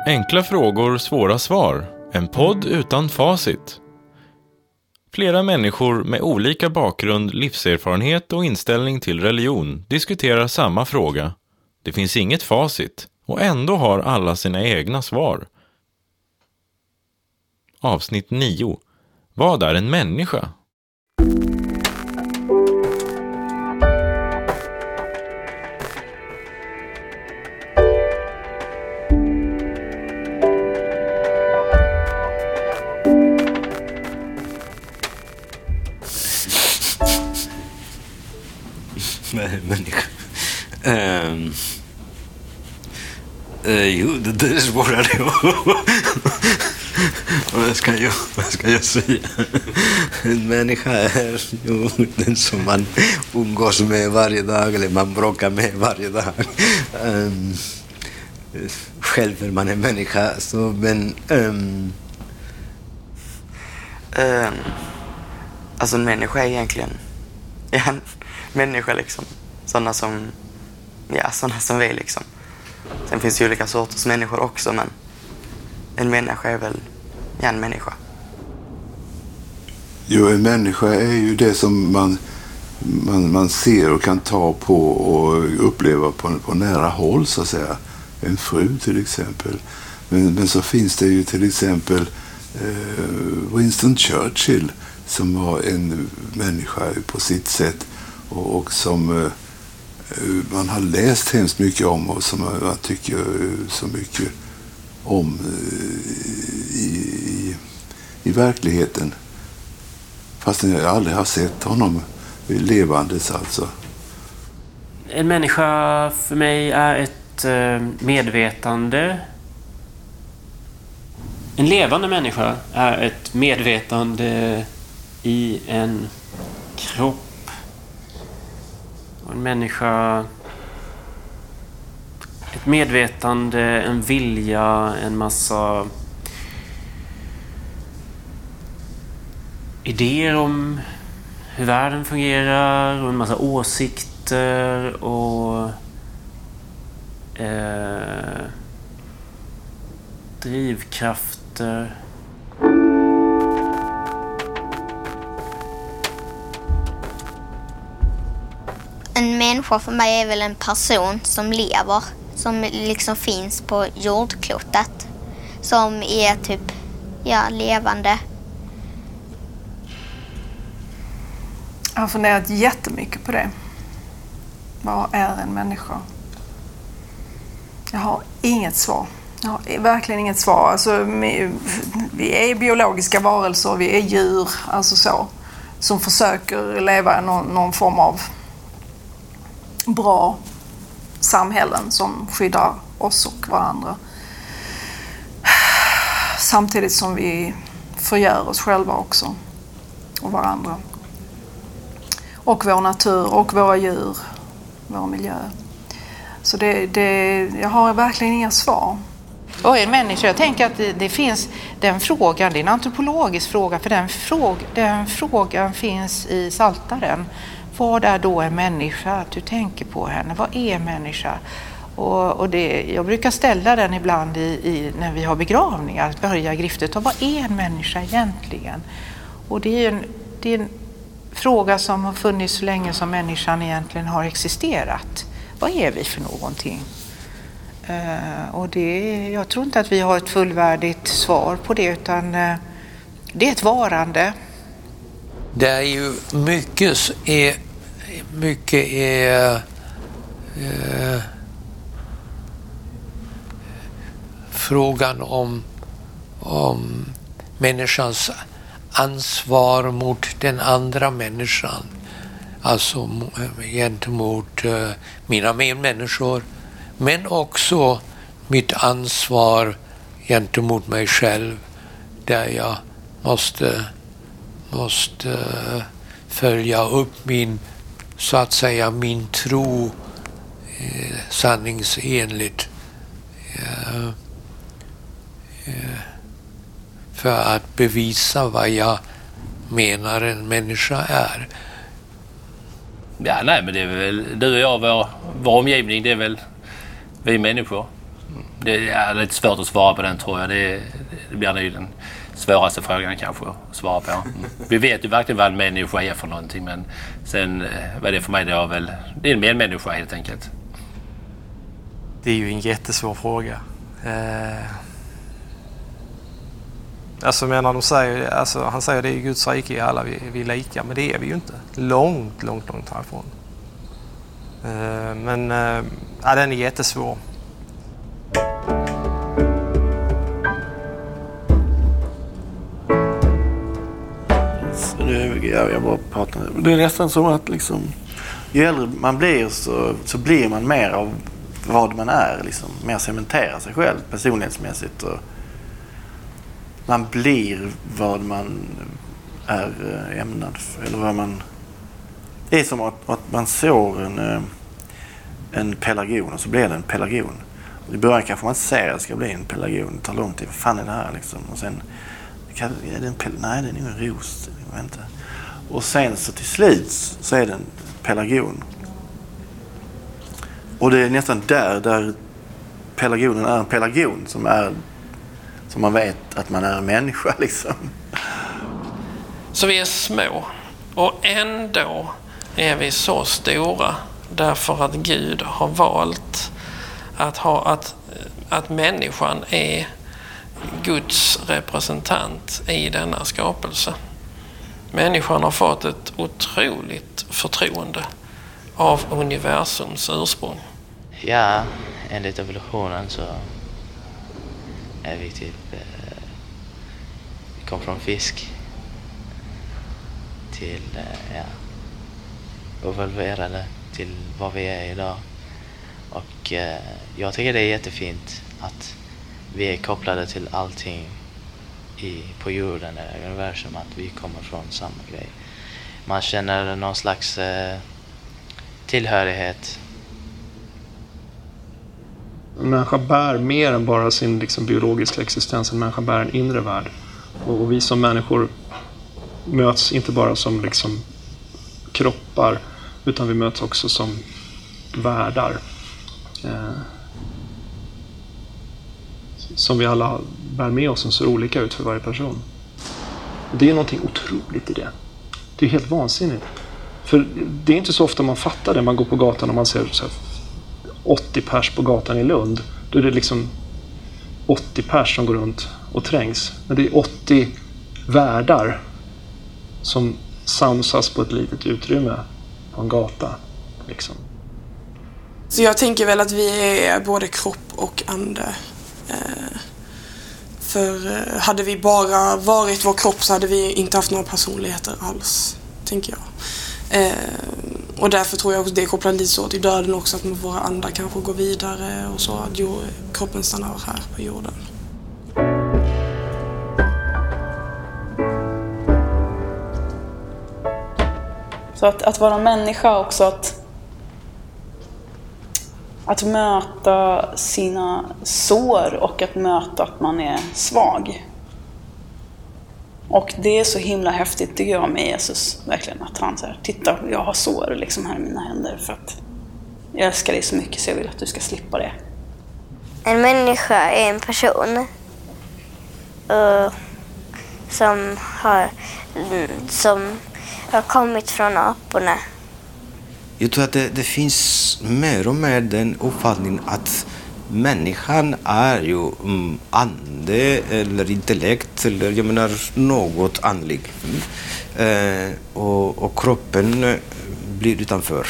Enkla frågor, svåra svar. En podd utan facit. Flera människor med olika bakgrund, livserfarenhet och inställning till religion diskuterar samma fråga. Det finns inget facit och ändå har alla sina egna svar. Avsnitt 9. Vad är en människa? Människa. Jo, det är svårare. Vad ska jag säga? En människa är ju den som man umgås med varje dag eller man bråkar med varje dag. Själv är man en människa, så men alltså en människa är egentligen en människa liksom. Sådana som vi liksom. Sen finns det ju olika sorters människor också, men en människa är väl en människa. Jo, en människa är ju det som man ser och kan ta på och uppleva på nära håll, så att säga. En fru till exempel. Men så finns det ju till exempel Winston Churchill, som var en människa på sitt sätt och som man har läst hemskt mycket om och som man tycker så mycket om i verkligheten. Fast jag aldrig har sett honom levandes alltså. En människa för mig är ett medvetande. En levande människa är ett medvetande i en kropp. Och en människa, ett medvetande, en vilja, en massa idéer om hur världen fungerar och en massa åsikter och drivkrafter. En människa för mig är väl en person som lever, som liksom finns på jordklotet, som är typ, levande. Jag har funderat jättemycket på det. Vad är en människa? Jag har inget svar. Jag har verkligen inget svar. Alltså, vi är biologiska varelser, vi är djur, alltså så, som försöker leva i någon form av bra samhällen som skyddar oss och varandra. Samtidigt som vi förgör oss själva också och varandra. Och vår natur och våra djur, vår miljö. Så jag har verkligen inga svar. Och en människa, jag tänker att det finns den frågan, det är en antropologisk fråga, för den frågan finns i Psaltaren. Vad är då en människa? Du tänker på henne. Vad är en människa? Och jag brukar ställa den ibland när vi har begravningar, att börja griftet. Och vad är en människa egentligen? Och det är en fråga som har funnits så länge som människan egentligen har existerat. Vad är vi för någonting? Och jag tror inte att vi har ett fullvärdigt svar på det, utan det är ett varande. Det är ju mycket är frågan om människans ansvar mot den andra människan, alltså gentemot mina medmänniskor, men också mitt ansvar gentemot mig själv, där jag måste följa upp min tro sanningsenligt för att bevisa vad jag menar en människa är. Ja, nej, men det är väl du och jag, vår omgivning, det är väl vi människor. Det är lite svårt att svara på den, tror jag. Det blir nog den svåraste frågan kanske att svara på. Vi vet ju verkligen vad en människa är för någonting, men sen vad det för mig då väl, det är en medmänniska helt enkelt. Det är ju en jättesvår fråga. Alltså menar de säger, alltså han säger det är Guds rike i alla vi är lika, men det är vi ju inte. Långt härifrån. Men den är jättesvår. Jag bara pratar. Det är nästan som att liksom, ju äldre man blir så blir man mer av vad man är. Liksom, mer cementerar sig själv personlighetsmässigt. Och man blir vad man är ämnad för. Eller vad man... Det är som att man sår en pelargon och så blir det en pelargon. I början kanske man ser att det ska bli en pelargon. Det tar lång tid. Vad fan är det här liksom? Och sen... Är det nej, det är nog en ros. Inte. Och sen så till slut så är det en pelargon. Och det är nästan där pelargonen är en pelargon som man vet att man är en människa liksom. Så vi är små och ändå är vi så stora därför att Gud har valt att människan är Guds representant i denna skapelse. Människan har fått ett otroligt förtroende av universums ursprung. Ja, enligt evolutionen så är vi typ... vi kom från fisk till evolverade till vad vi är idag. Och jag tycker det är jättefint att vi är kopplade till allting på jorden eller universum, att vi kommer från samma grej. Man känner någon slags tillhörighet. En människa bär mer än bara sin liksom, biologiska existens. En människa bär en inre värld. Och vi som människor möts inte bara som liksom, kroppar, utan vi möts också som världar. Som vi alla bär med oss, som ser olika ut för varje person. Och det är någonting otroligt i det. Det är helt vansinnigt. För det är inte så ofta man fattar det. Man går på gatan och man ser så här 80 pers på gatan i Lund. Då är det liksom 80 pers som går runt och trängs. Men det är 80 världar som samsas på ett litet utrymme på en gata. Liksom. Så jag tänker väl att vi är både kropp och ande. För hade vi bara varit vår kropp så hade vi inte haft några personligheter alls, tänker jag. Och därför tror jag också det kopplar lite så till döden också, att våra andar kanske går vidare och så att kroppen stannar här på jorden. Så att vara människa också, att möta sina sår och att möta att man är svag. Och det är så himla häftigt, tycker jag, med Jesus. Verkligen, att han säger, titta, jag har sår liksom här i mina händer för att jag älskar dig så mycket så jag vill att du ska slippa det. En människa är en person som har kommit från aporna. Jag tror att det finns mer och mer den uppfattningen att människan är ju ande eller intellekt eller jag menar något andligt. Och kroppen blir utanför.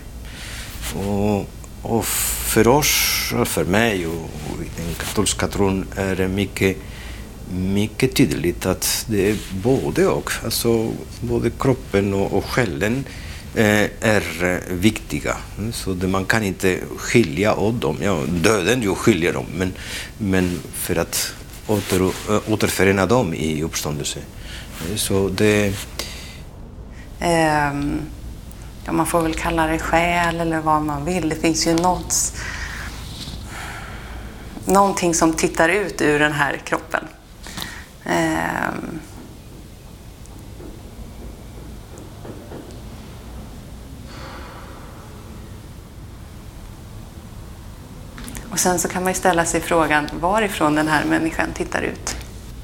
Och för oss, för mig och den katolska tron är det mycket tydligt att det är både och. Alltså både kroppen och själen är viktiga. Så det, man kan inte skilja åt dem. Ja, döden ju skiljer dem, men för att återförena dem i uppståndelse. Så det... Ja, man får väl kalla det själ eller vad man vill. Det finns ju någonting som tittar ut ur den här kroppen. Och sen så kan man ju ställa sig frågan varifrån den här människan tittar ut.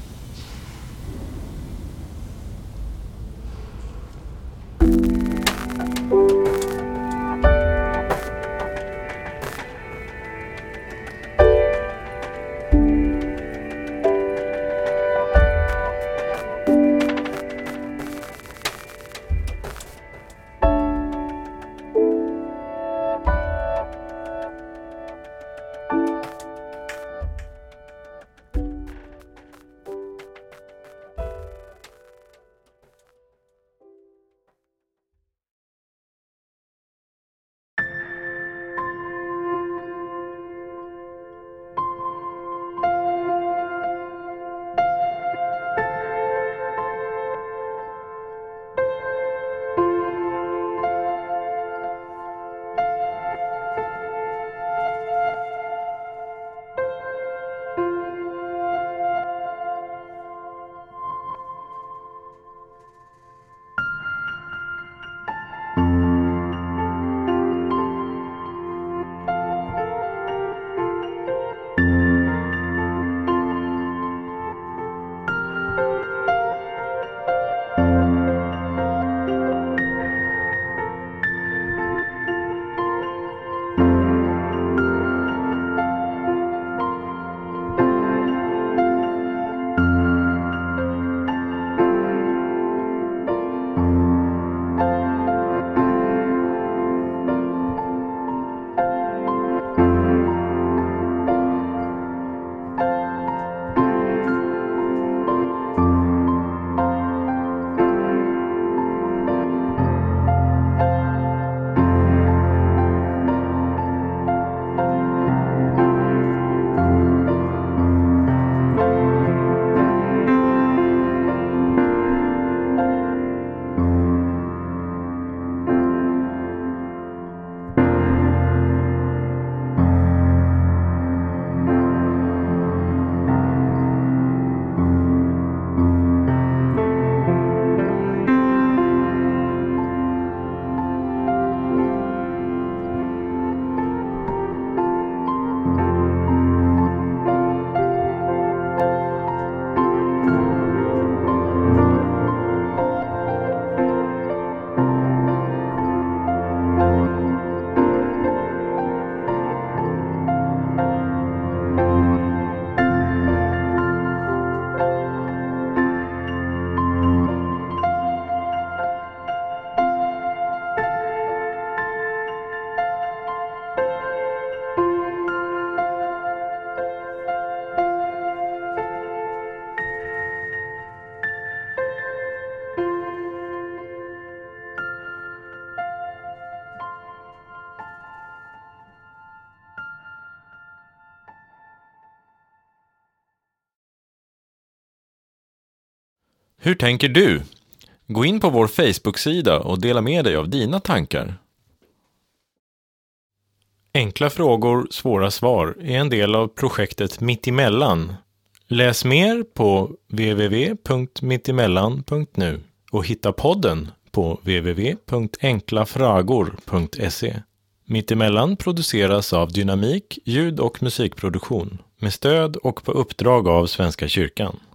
Hur tänker du? Gå in på vår Facebook-sida och dela med dig av dina tankar. Enkla frågor, svåra svar är en del av projektet Mittemellan. Läs mer på www.mittemellan.nu och hitta podden på www.enklafragor.se. Mittemellan produceras av Dynamik, ljud- och musikproduktion med stöd och på uppdrag av Svenska kyrkan.